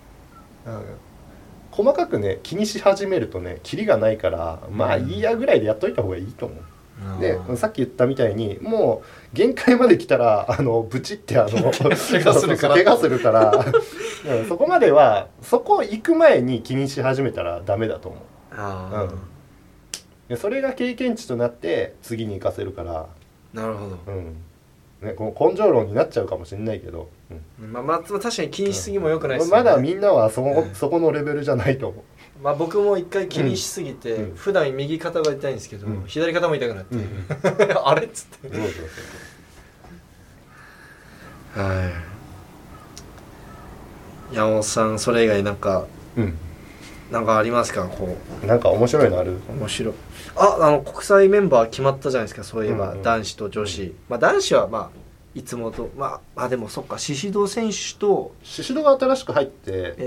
S2: 細かくね気にし始めるとねキリがないから、まあいいやぐらいでやっといた方がいいと思う。でさっき言ったみたいにもう限界まで来たらブチって怪我するからそこまではそこ行く前に気にし始めたらダメだと思う。それが経験値となって次に活かせるから。
S1: なるほど、
S2: ね、この根性論になっちゃうかもしれないけど、
S1: 確かに気にしすぎも良くないです
S2: よね。まだみんなはそこのレベルじゃないと思う。
S1: 僕も一回気にしすぎて、普段右肩が痛いんですけど、左肩も痛くなって、あれっつって。山本さん、それ以外なんかありますか？
S2: なんか面白いのある？
S1: 面白い。国際メンバー決まったじゃないですか。そういえば男子と女子。男子はいつもとでもそっか、宍戸選手と
S2: 宍戸が新しく入って、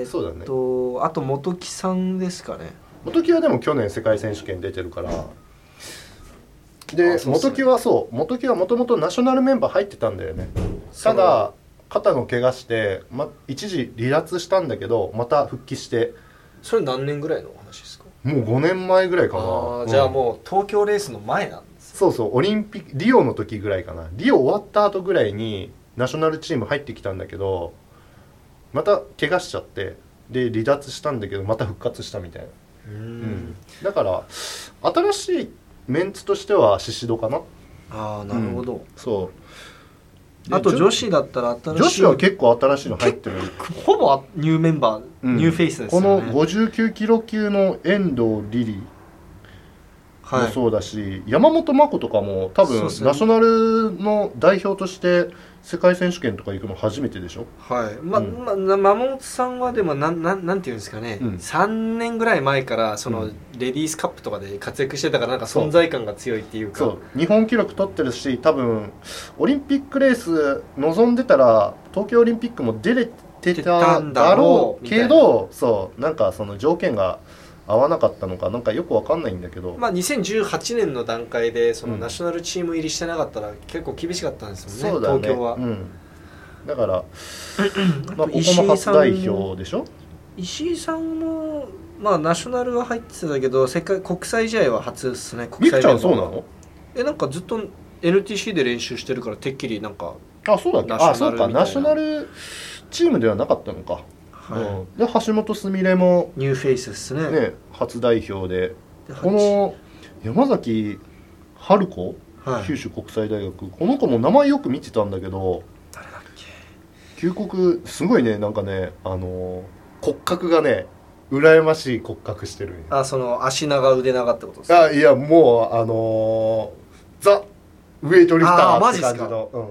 S2: そうだね。
S1: あと本木さんですかね。
S2: 本木はでも去年世界選手権出てるから。で本木はもともとナショナルメンバー入ってたんだよね。ただ肩の怪我して、一時離脱したんだけどまた復帰して。
S1: それ何年ぐらいのお話ですか？
S2: もう5年前ぐらいかな。
S1: じゃあもう東京レースの前なんです。
S2: そうオリンピックリオの時ぐらいかな。リオ終わった後ぐらいにナショナルチーム入ってきたんだけど、また怪我しちゃってで離脱したんだけどまた復活したみたいな。だから新しいメンツとしては宍戸かな。
S1: なるほど。
S2: そう
S1: あと女子だったら新しい、
S2: 女子は結構新しいの入ってる。
S1: ほぼニューメンバー、ニューフェイスですよね。
S2: この59キロ級の遠藤リリもそうだし、山本真子とかも多分ナショナルの代表として世界選手権とか行くの初めてでしょ。山本
S1: さんはでもなんていうんですかね、3年ぐらい前からそのレディースカップとかで活躍してたから、なんか存在感が強いっていうか。
S2: 日本記録取ってるし、多分オリンピックレース望んでたら東京オリンピックも出れてただろうけど、なんかその条件が合わなかったのかなんかよくわかんないんだけど、
S1: 2018年の段階でそのナショナルチーム入りしてなかったら結構厳しかったんですよね、東京は。
S2: だからここも初代表でしょ。
S1: 石井さんもナショナルは入ってたけど国際試合は初ですね。国際
S2: みくちゃんそうなの？
S1: なんかずっと NTC で練習してるからてっきりなんか
S2: そうだっけ。そうか、ナショナルチームではなかったのか。で橋本すみれも
S1: ニューフェイスですね。
S2: 初代表で、この山崎春子、九州国際大学、この子も名前よく見てたんだけど、
S1: 誰だっけ。
S2: 旧国すごいね、なんかね骨格がね羨ましい骨格してる。
S1: その足長腕長ってことですか？
S2: いやもうザ・ウェイトリフターって感じの。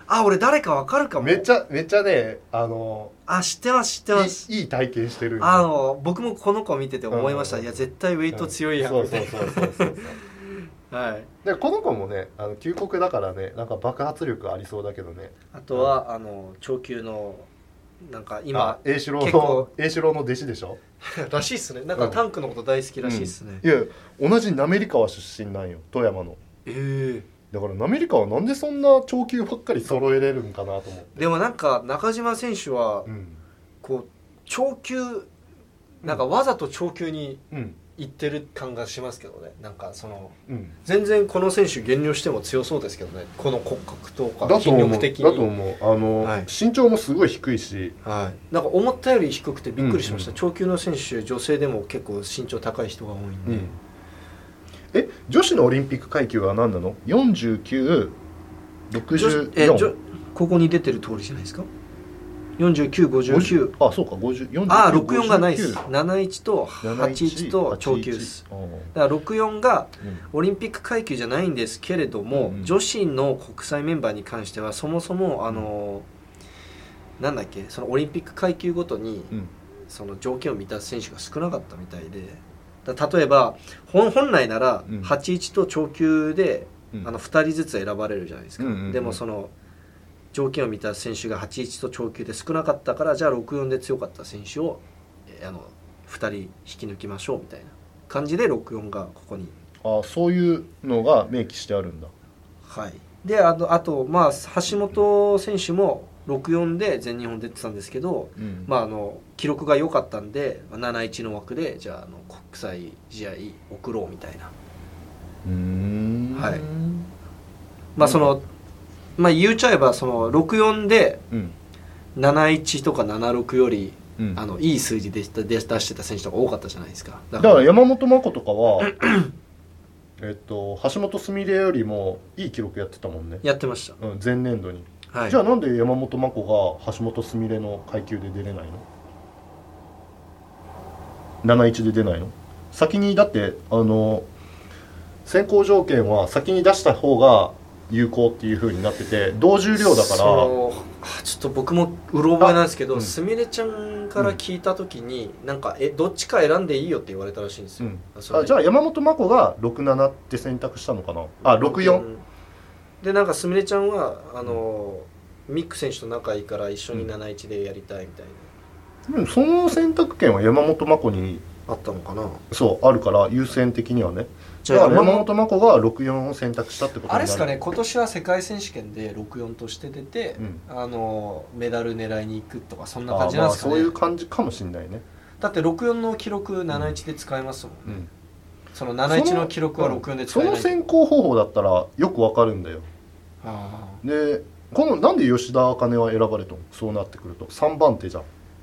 S1: あ、俺誰かわかるかも。
S2: めっちゃね、
S1: 知ってます
S2: いい体験してる。
S1: 僕もこの子見てて思いました。いや絶対ウェイト強いやんみたいな。そうはい。
S2: でこの子もね、旧国だからね、なんか爆発力ありそうだけどね。
S1: あとは、長級のなんか今
S2: 栄四郎の弟子でしょ
S1: らしいっすね。なんかタンクのこと大好きらしいっすね。
S2: いや、同じ滑川出身なんよ、富山の。だから滑川なんでそんな長級ばっかり揃えれるんかなと思って。
S1: でもなんか中島選手は、こう長級なんかわざと長級に行ってる感がしますけどね。なんか全然この選手減量しても強そうですけどね。この骨格とか筋力的に
S2: だと思う。身長もすごい低いし、
S1: なんか思ったより低くてびっくりしました。長級の選手、女性でも結構身長高い人が多いんで。
S2: 女子のオリンピック階級は何なの？49、64。
S1: ここに出てる通りじゃないですか。49、59。
S2: あ、そうか、50。
S1: 64がないです。71と81と長級です。だから64がオリンピック階級じゃないんですけれども、女子の国際メンバーに関してはそもそもなんだっけ、そのオリンピック階級ごとにその条件を満たす選手が少なかったみたいで、例えば本来なら81と長級で2人ずつ選ばれるじゃないですか。でもその条件を満たす選手が81と長級で少なかったから、じゃあ64で強かった選手を2人引き抜きましょうみたいな感じで64がここに。
S2: そういうのが明記してあるんだ。
S1: はい。であと橋本選手も64で全日本出てたんですけど、記録が良かったんで71の枠でじゃあ国際試合送ろうみたいな。はい。言っちゃえばその64で71とか76より、いい数字で出してた選手とか多かったじゃないですか。
S2: だから山本真子とかは橋本すみれよりもいい記録やってたもんね。
S1: やってました。
S2: 前年度に。じゃあなんで山本真子が橋本すみれの階級で出れないの？71で出ないの？先にだって選考条件は先に出した方が有効っていう風になってて、同重量だから。ちょ
S1: っと僕もうろ覚えなんですけど、すみれちゃんから聞いた時になんかどっちか選んでいいよって言われたらしいんですよ。
S2: じゃあ山本真子が67って選択したのかな。64
S1: で、なんかすみれちゃんはミック選手と仲いいから一緒に71でやりたいみたいな。
S2: その選択権は山本真子に
S1: あったのかな。
S2: そうあるから、優先的にはね。じゃあ山本真子が64を選択したってことになる。
S1: あれですかね、今年は世界選手権で64として出て、メダル狙いに行くとかそんな感じなんですかね。
S2: そういう感じかもしれないね。
S1: だって64の記録71で使えますもんね。その71の記録は64で使えない。
S2: その選考方法だったらよくわかるんだよ。でなんで吉田茜は選ばれたの？そうなってくると3番手じゃん。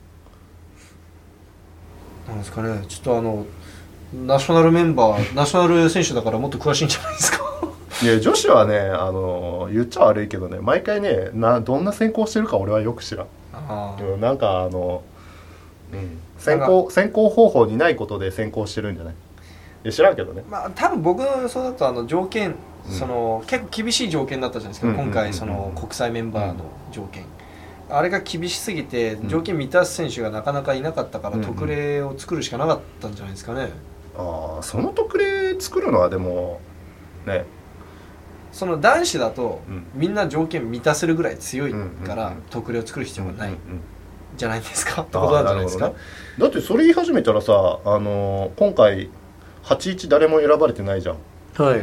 S1: なんですかね、ちょっとナショナルメンバー、ナショナル選手だからもっと詳しいんじゃないですか。
S2: いや、女子はね、言っちゃ悪いけどね、毎回ね、どんな選考してるか俺はよく知らん。なんか選考方法にないことで選考してるんじゃない？いや、知らんけどね。
S1: 多分僕の予想だと条件、結構厳しい条件だったじゃないですか、今回国際メンバーの条件。あれが厳しすぎて条件満たす選手がなかなかいなかったから、特例を作るしかなかったんじゃないですかね。
S2: その特例作るのはでもね、
S1: その男子だと、みんな条件満たせるぐらい強いから、特例を作る必要がない、じゃないですかってことなんじゃないですか。
S2: だってそれ言い始めたらさ、今回81誰も選ばれてないじゃん。
S1: はい。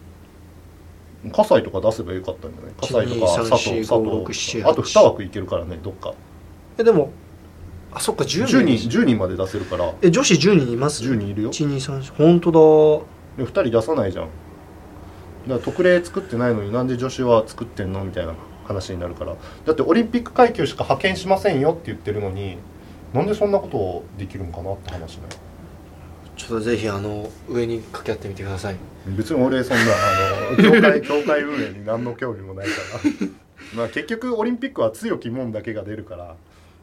S2: 葛西とか出せばよかったんじゃない？葛西とか佐藤あと2枠いけるからね、どっか。
S1: でもそっか、10
S2: 人まで出せるから。
S1: 女子10人います
S2: ？10人いるよ。
S1: 1、2、3、本当
S2: だ。で2人出さないじゃん。だから特例作ってないのになんで女子は作ってんのみたいな話になるから。だってオリンピック階級しか派遣しませんよって言ってるのに、なんでそんなことをできるのかなって話ね。
S1: ちょっとぜひ上に掛け合ってみてください。
S2: 別に俺そんな協会運営に何の興味もないから結局オリンピックは強きもんだけが出るから、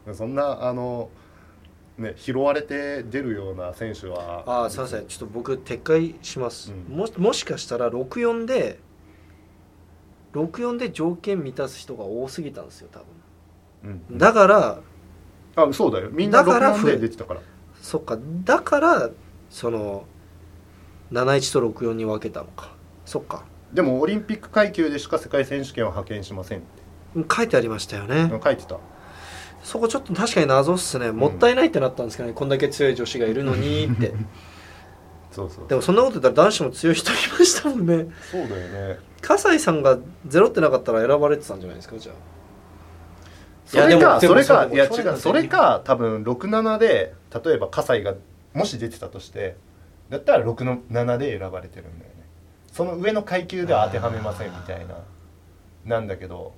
S2: そんな拾われて出るような選手は。
S1: すいません、ちょっと僕撤回します。もしかしたら64 64で条件満たす人が多すぎたんですよ多分、
S2: うん、
S1: だから
S2: そうだよ、みんな64で出てたから。
S1: そっか、だからその71と64に分けたのか。そっか。
S2: でもオリンピック階級でしか世界選手権は派遣しませんって
S1: 書いてありましたよね。
S2: 書いてた。
S1: そこちょっと確かに謎っすね、もったいないってなったんですけどね、こんだけ強い女子がいるのにって
S2: そうで
S1: もそんなこと言ったら男子も強い人いましたもんね。
S2: そうだよね。
S1: 葛西さんがゼロってなかったら選ばれてたんじゃないですか。じゃあ
S2: それか多分67で例えば葛西がもし出てたとしてだったら67で選ばれてるんだよね。その上の階級では当てはめませんみたいななんだけど、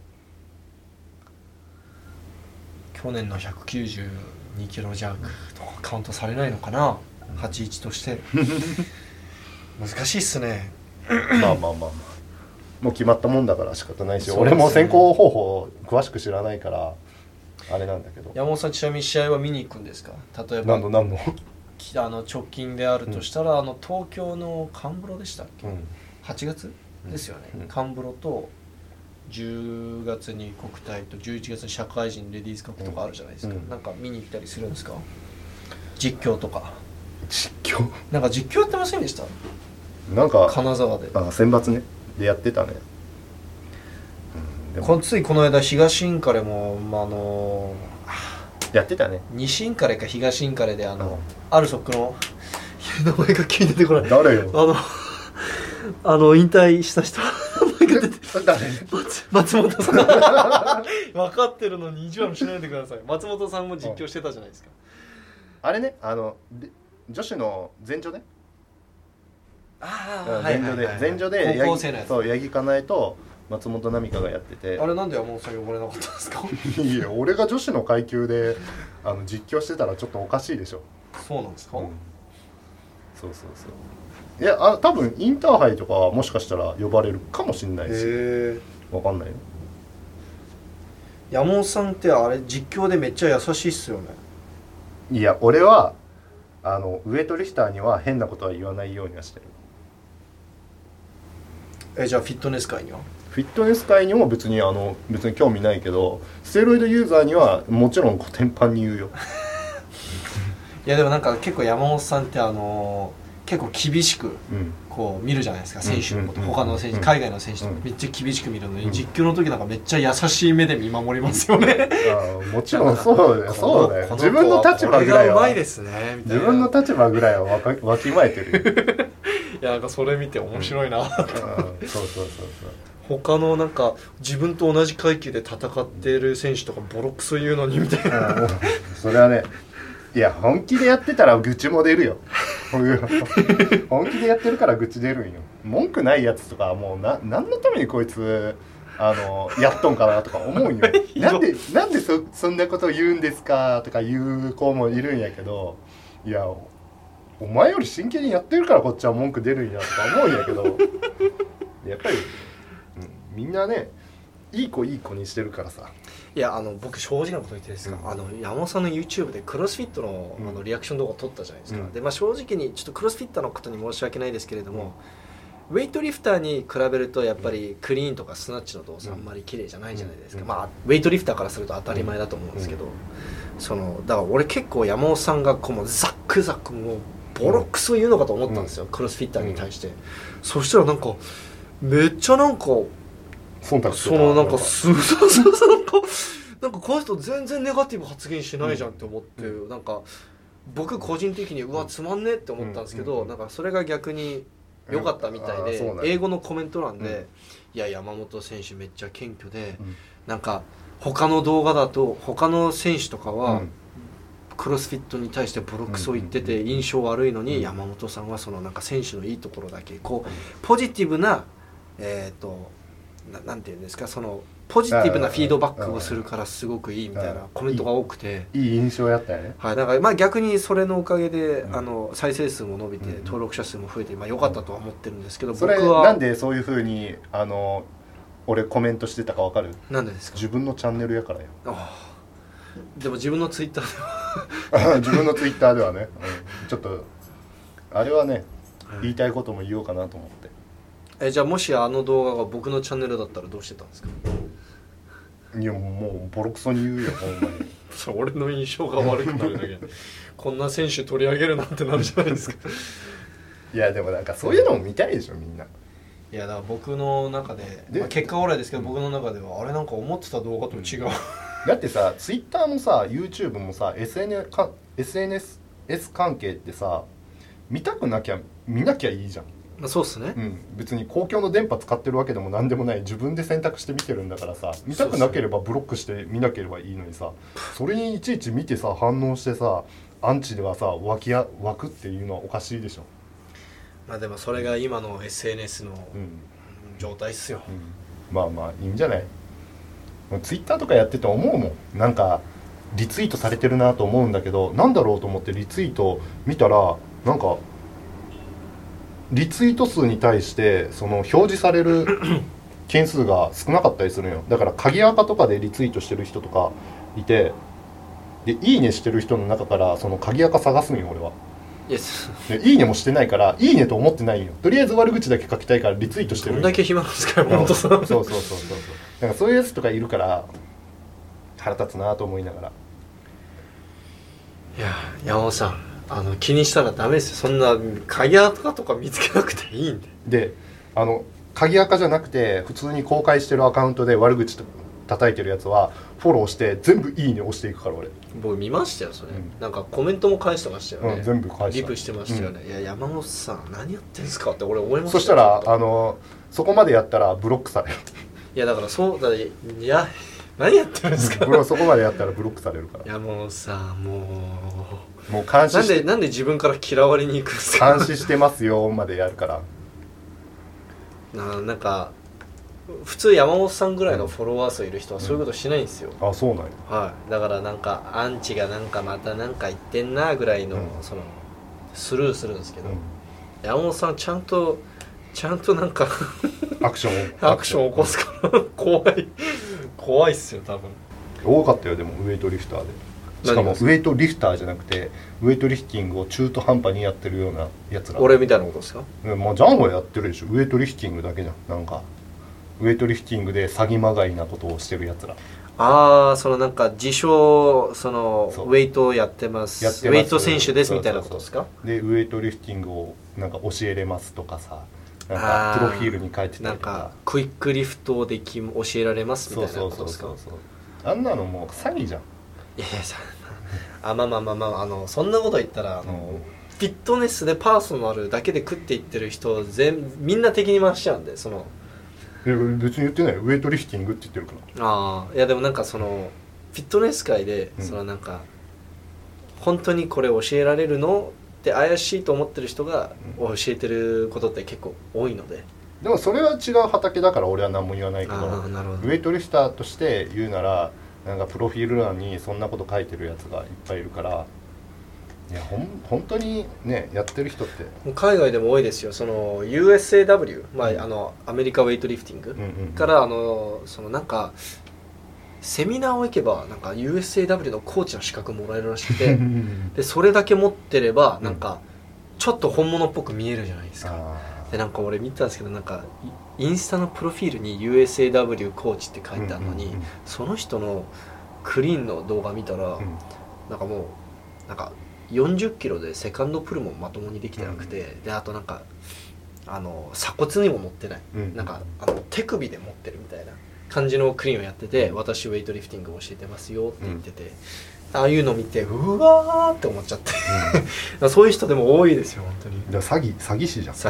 S1: 去年の192キロ弱とかカウントされないのかな、81として難しいっすね
S2: まあもう決まったもんだから仕方ないし、俺も選考方法詳しく知らないからあれなんだけど。
S1: 山本さんちなみに試合は見に行くんですか。例えば
S2: 何の
S1: 直近であるとしたら、東京のカンブロでしたっけ、8月ですよね、カンブロと10月に国体と11月に社会人レディースカップとかあるじゃないですか、なんか見に行ったりするんですか。実況とか。
S2: 実況
S1: なんか実況やってませんでした。
S2: なんか
S1: 金沢で
S2: 選抜ねでやってたね、
S1: ついこの間東インカレも
S2: やってたね。
S1: 西インカレか東インカレであるソックの名前が急に出てこない。
S2: 誰よ。
S1: 引退した人
S2: 誰
S1: 松本さん分かってるのに意地悪しないでください。松本さんも実況してたじゃないですか。
S2: あれね、女子の前女ね。前女で
S1: 高校生のやつ。
S2: そう、八木かなえと松本奈美香がやってて。
S1: あれなんで山本さん呼ばれなかったんですか。
S2: いや、俺が女子の階級で実況してたらちょっとおかしいでしょ。
S1: そうなんですか、
S2: そういや、多分インターハイとかはもしかしたら呼ばれるかもしれないし、分かんないよ。
S1: 山本さんってあれ実況でめっちゃ優しいっすよね。
S2: いや、俺はウエイトリフターには変なことは言わないようにはしてる。
S1: じゃあフィットネス界には。
S2: フィットネス界にも別に興味ないけど、ステロイドユーザーにはもちろんコテンパンに言うよ。
S1: いやでもなんか結構山本さんって結構厳しくこう見るじゃないですか、選手のこと、他の選手、海外の選手とかめっちゃ厳しく見るのに、実況の時なんかめっちゃ優しい目で見守りますよね。
S2: もちろんそうだよ。自分の立場ぐらいは、
S1: うまいですねみたいな、
S2: 自分の立場ぐらいはわきまえてる。
S1: いやなんかそれ見て面白いな。
S2: そう。
S1: 他のなんか自分と同じ階級で戦っている選手とかボロクソ言うのにみたいな。
S2: それはね、いや本気でやってたら愚痴も出るよ。本気でやってるから愚痴出るんよ。文句ないやつとかもう何のためにこいつやっとんかなとか思うんよ。なんでそんなことを言うんですかとか言う子もいるんやけど、いやお前より真剣にやってるからこっちは文句出るんやとか思うんやけど、やっぱり、みんなねいい子にしてるからさ。
S1: いや僕正直なこと言ってですか、山本さんの YouTube でクロスフィットの、リアクション動画撮ったじゃないですか、で正直にちょっとクロスフィッターの方に申し訳ないですけれども、ウェイトリフターに比べるとやっぱりクリーンとかスナッチの動作あんまり綺麗じゃないじゃないですか、ウェイトリフターからすると当たり前だと思うんですけど、だから俺結構山本さんがこうザックザックもうボロクソ言うのかと思ったんですよ、クロスフィッターに対して、そしたらなんかめっちゃなんかなんかこの人全然ネガティブ発言しないじゃんって思って、なんか僕個人的にうわつまんねって思ったんですけど、なんかそれが逆に良かったみたいで、英語のコメント欄で、いや山本選手めっちゃ謙虚で、なんか他の動画だと他の選手とかはクロスフィットに対してボロクソ言ってて印象悪いのに、山本さんはそのなんか選手のいいところだけこうポジティブななんていうんですか、そのポジティブなフィードバックをするからすごくいいみたいなコメントが多くて、
S2: いい印象やったよね。
S1: はい、だから逆にそれのおかげで再生数も伸びて登録者数も増えて良かったとは思ってるんですけど、
S2: それなんでそういう風に俺コメントしてたか分かる？
S1: なんでですか？
S2: 自分のチャンネルやからよ。
S1: でも自分のツイッターでは
S2: 自分のツイッターではね、ちょっとあれはね、言いたいことも言おうかなと思って。
S1: じゃあもしあの動画が僕のチャンネルだったらどうしてたんですか？
S2: いやもうボロクソに言うよほんまに
S1: 俺の印象が悪くなるだけでこんな選手取り上げるなんてなるじゃないですか
S2: いやでもなんかそういうのも見たいでしょみんな。
S1: いやだから僕の中で、結果オーライですけど、僕の中ではあれなんか思ってた動画と違う、
S2: だってさ Twitter もさ YouTube もさ SNS 関係ってさ見たくなきゃ見なきゃいいじゃん。
S1: まあ、そうっすね、
S2: 別に公共の電波使ってるわけでも何でもない、自分で選択して見てるんだからさ、見たくなければブロックして見なければいいのにさ、それにいちいち見てさ反応してさアンチではさ湧くっていうのはおかしいでしょ。
S1: まあでもそれが今の SNS の状態っすよ、
S2: まあまあいいんじゃない。ツイッターとかやってて思うもん、なんかリツイートされてるなと思うんだけど、なんだろうと思ってリツイート見たらなんかリツイート数に対してその表示される件数が少なかったりするんよ。だから鍵アカとかでリツイートしてる人とかいて、でいいねしてる人の中からその鍵アカ探すんよ俺は。でいいねもしてないからいいねと思ってないよ。とりあえず悪口だけ書きたいからリツイートしてる。
S1: どんだけ暇なんですか山本さん。
S2: そうなんかそういうやつとかいるから腹立つなと思いながら。
S1: いや山本さん気にしたらダメですよ。そんな鍵アカとか見つけなくていいんで。
S2: で鍵アカじゃなくて普通に公開してるアカウントで悪口叩いてるやつはフォローして全部いいね押していくから俺。
S1: 僕見ましたよそれ、なんかコメントも返してましたよね、
S2: 全部返した
S1: リプしてましたよね、いや山本さん何やってんすかって俺思いましたよ。
S2: そしたらそこまでやったらブロックされる。
S1: いやだからそうだ、いや何やってるんですか
S2: そこまでやったらブロックされるから。
S1: 山本さんも
S2: う監視して
S1: なんで自分から嫌われに行くんですか。
S2: 監視してますよまでやるから
S1: なんか普通山本さんぐらいのフォロワー数いる人はそういうことしないんですよ、
S2: あ、そうなんや。
S1: はい、だからなんかアンチがなんかまたなんか言ってんなぐらいの、そのスルーするんですけど、山本さんちゃんとなんか
S2: アクション
S1: 起こすから怖いっすよ多分。
S2: 多かったよでもウエイトリフターで。しかもウエイトリフターじゃなくてウエイトリフティングを中途半端にやってるようなやつら。
S1: 俺みたいなことですか。
S2: まあジャンはやってるでしょ。ウエイトリフティングだけじゃん。なんかウエイトリフティングで詐欺まがいなことをしてるやつら。
S1: そのなんか自称そのウェイトをやってますウェイト選手ですみたいなことですか。
S2: でウエイトリフティングをなんか教えれますとかさ、なんかプロフィールに書いてたりとか、
S1: なんかクイックリフトで教えられますみたいなことですか。
S2: そうあんなのもう詐欺じゃん。
S1: いやまあそんなこと言ったらフィットネスでパーソナルだけで食っていってる人みんな敵に回しちゃうんで、その
S2: 別に言ってない。ウェイトリフティングって言ってるから。
S1: いやでもなんかそのフィットネス界で、そのなんか本当にこれ教えられるのって怪しいと思ってる人が教えてることって結構多いので、
S2: でもそれは違う畑だから俺は何も言わないけど、ウェイトリフターとして言うならなんかプロフィール欄にそんなこと書いてるやつがいっぱいいるから、いや本当にねやってる人って
S1: 海外でも多いですよ。その USAW、アメリカウェイトリフティングからそのなんかセミナーを行けばなんか USAW のコーチの資格もらえるらしくてでそれだけ持ってればなんかちょっと本物っぽく見えるじゃないですか。でなんか俺見たんですけど、なんかインスタのプロフィールに USAW コーチって書いてあるのに、その人のクリーンの動画見たら、なんかもうなんか40キロでセカンドプルもまともにできてなくて、であとなんか鎖骨にも持ってない、なんか手首で持ってるみたいな感じのクリーンをやってて、私ウェイトリフティングを教えてますよって言ってて、ああいうの見てうわーって思っちゃって、そういう人でも多いですよ本当に。
S2: だから詐欺師じゃん。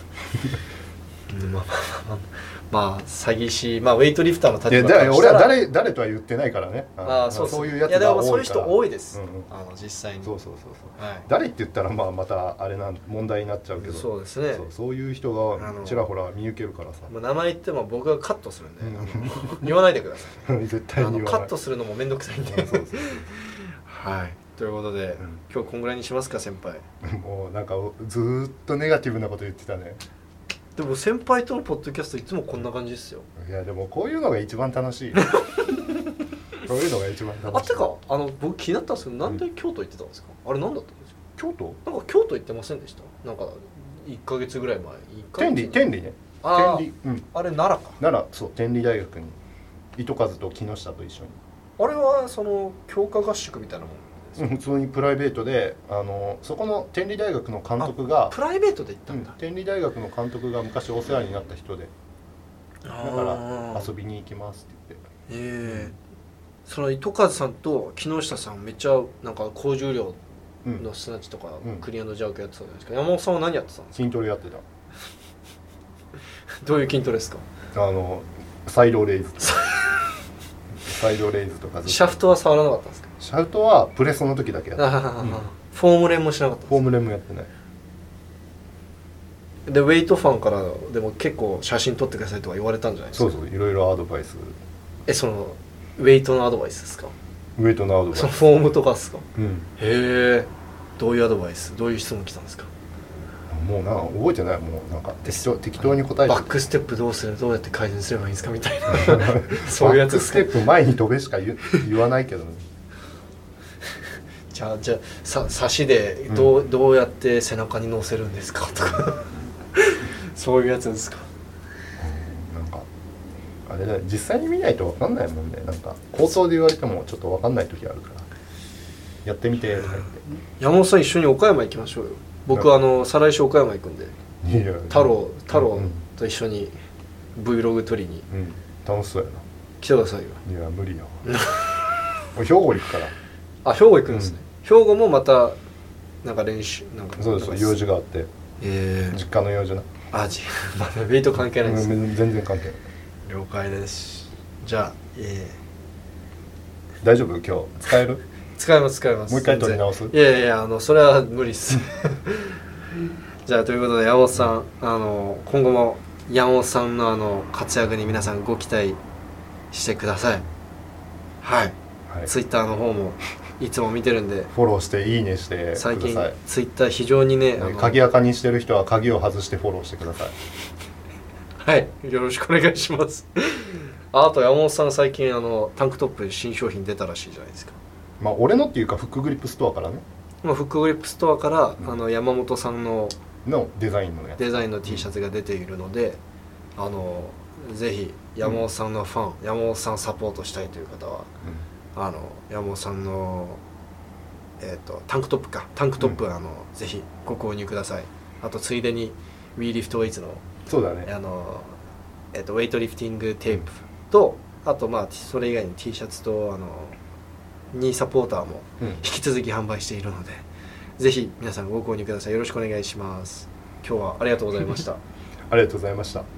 S1: まあ詐欺師、ウェイトリフターの立場
S2: からしたら、俺は誰とは言ってないからね。そういうやつが多いから。いやでも
S1: そういう人多いです、実際に。
S2: そう、誰って言ったらまたあれ問題になっちゃうけど、
S1: そうですね。
S2: そういう人がちらほら見受けるからさ。
S1: 名前言っても僕がカットするんで言わないでください。
S2: 絶対に言わない。
S1: カットするのもめんどくさいんで。はい。ということで、今日こんぐらいにしますか先輩。
S2: もうなんかずーっとネガティブなこと言ってたね。
S1: でも先輩とのポッドキャストいつもこんな感じですよ。
S2: いやでもこういうのが一番楽しい。こういうのが一番楽しい。
S1: てか僕気になったんですけど、なんで京都行ってたんですか。あれ何だったんですか。
S2: 京都？
S1: なんか京都行ってませんでした。なんか1ヶ月ぐらい前。
S2: 天理ね。
S1: あ
S2: 天理、うん、
S1: あれ奈良か。
S2: 奈良、そう、天理大学に糸数と木下と一緒に。
S1: あれはその強化合宿みたいなもんですか？
S2: 普通にプライベートで、そこの天理大学の監督が
S1: プライベートで行ったんだ、
S2: 天理大学の監督が昔お世話になった人で、だから遊びに行きますって言って。
S1: その糸数さんと木下さんめっちゃなんか高重量のスナッチとかクリアンドジャークやってたじゃないですか。山本さんは何やってたんですか？
S2: 筋トレやってた。
S1: どういう筋トレですか？
S2: サイドレイズサイドレイズとか。
S1: シャフトは触らなかったんですか？
S2: シャフトはプレスの時だけやった。
S1: フォーム練もしなかったんですか？
S2: フォーム練もやってない。
S1: でウェイトファンからでも結構写真撮ってくださいとか言われたんじゃないですか？
S2: そうそう、いろいろアドバイス。
S1: そのウェイトのアドバイスですか？
S2: ウェイトのアドバイス。
S1: そのフォームとかですか？
S2: うん。
S1: へえ。どういうアドバイス、どういう質問来たんですか？
S2: もう覚えてない。もうなんか適当に答えて。
S1: バックステップどうやって改善すればいいんですかみたいなそういうやつですか？
S2: バックステップ前に飛べしか言わないけどね
S1: じゃあ差しでどうやって背中に乗せるんですかとかそういうやつですか？
S2: なんかあれだ、実際に見ないと分かんないもんね。なんか放送で言われてもちょっと分かんない時あるからやってみてとか言って。
S1: 山本さん一緒に岡山行きましょうよ。僕再来週岡山行くんで、太郎と一緒に Vlog 撮りに、
S2: 楽しそうやな。
S1: 来てくださいよ。
S2: いや無理よ兵庫行くから。
S1: あ、兵庫行くんですね。兵庫もまたなんか練習なんか。
S2: そうです、用事があって。実家の用事な。
S1: まだウェイト関係ないです。
S2: 全然関係ない。
S1: 了解です。じゃあ
S2: 大丈夫？今日使える？
S1: 使います。
S2: もう一回撮り直す？
S1: いやそれは無理っすじゃあということで山本さん、今後も山本さんの活躍に皆さんご期待してください。はい、ツイッターの方もいつも見てるんで
S2: フォローしていいねしてください。
S1: 最近ツイッター非常にね、
S2: 鍵垢にしてる人は鍵を外してフォローしてください
S1: はい、よろしくお願いしますあと山本さん最近タンクトップで新商品出たらしいじゃないですか。
S2: まあ俺のっていうかフックグリップストアからね。
S1: フックグリップストアから、山本さんの
S2: デザインのやつ、
S1: デザインの T シャツが出ているので、ぜひ山本さんのファン、山本さんサポートしたいという方は、山本さんのタンクトップぜひご購入ください。あとついでに WeLiftWeights の
S2: そうだね、
S1: ウェイトリフティングテープと、あとそれ以外に T シャツとニーサポーターも引き続き販売しているので、ぜひ皆さんご購入ください。よろしくお願いします。今日はありがとうございました
S2: ありがとうございました。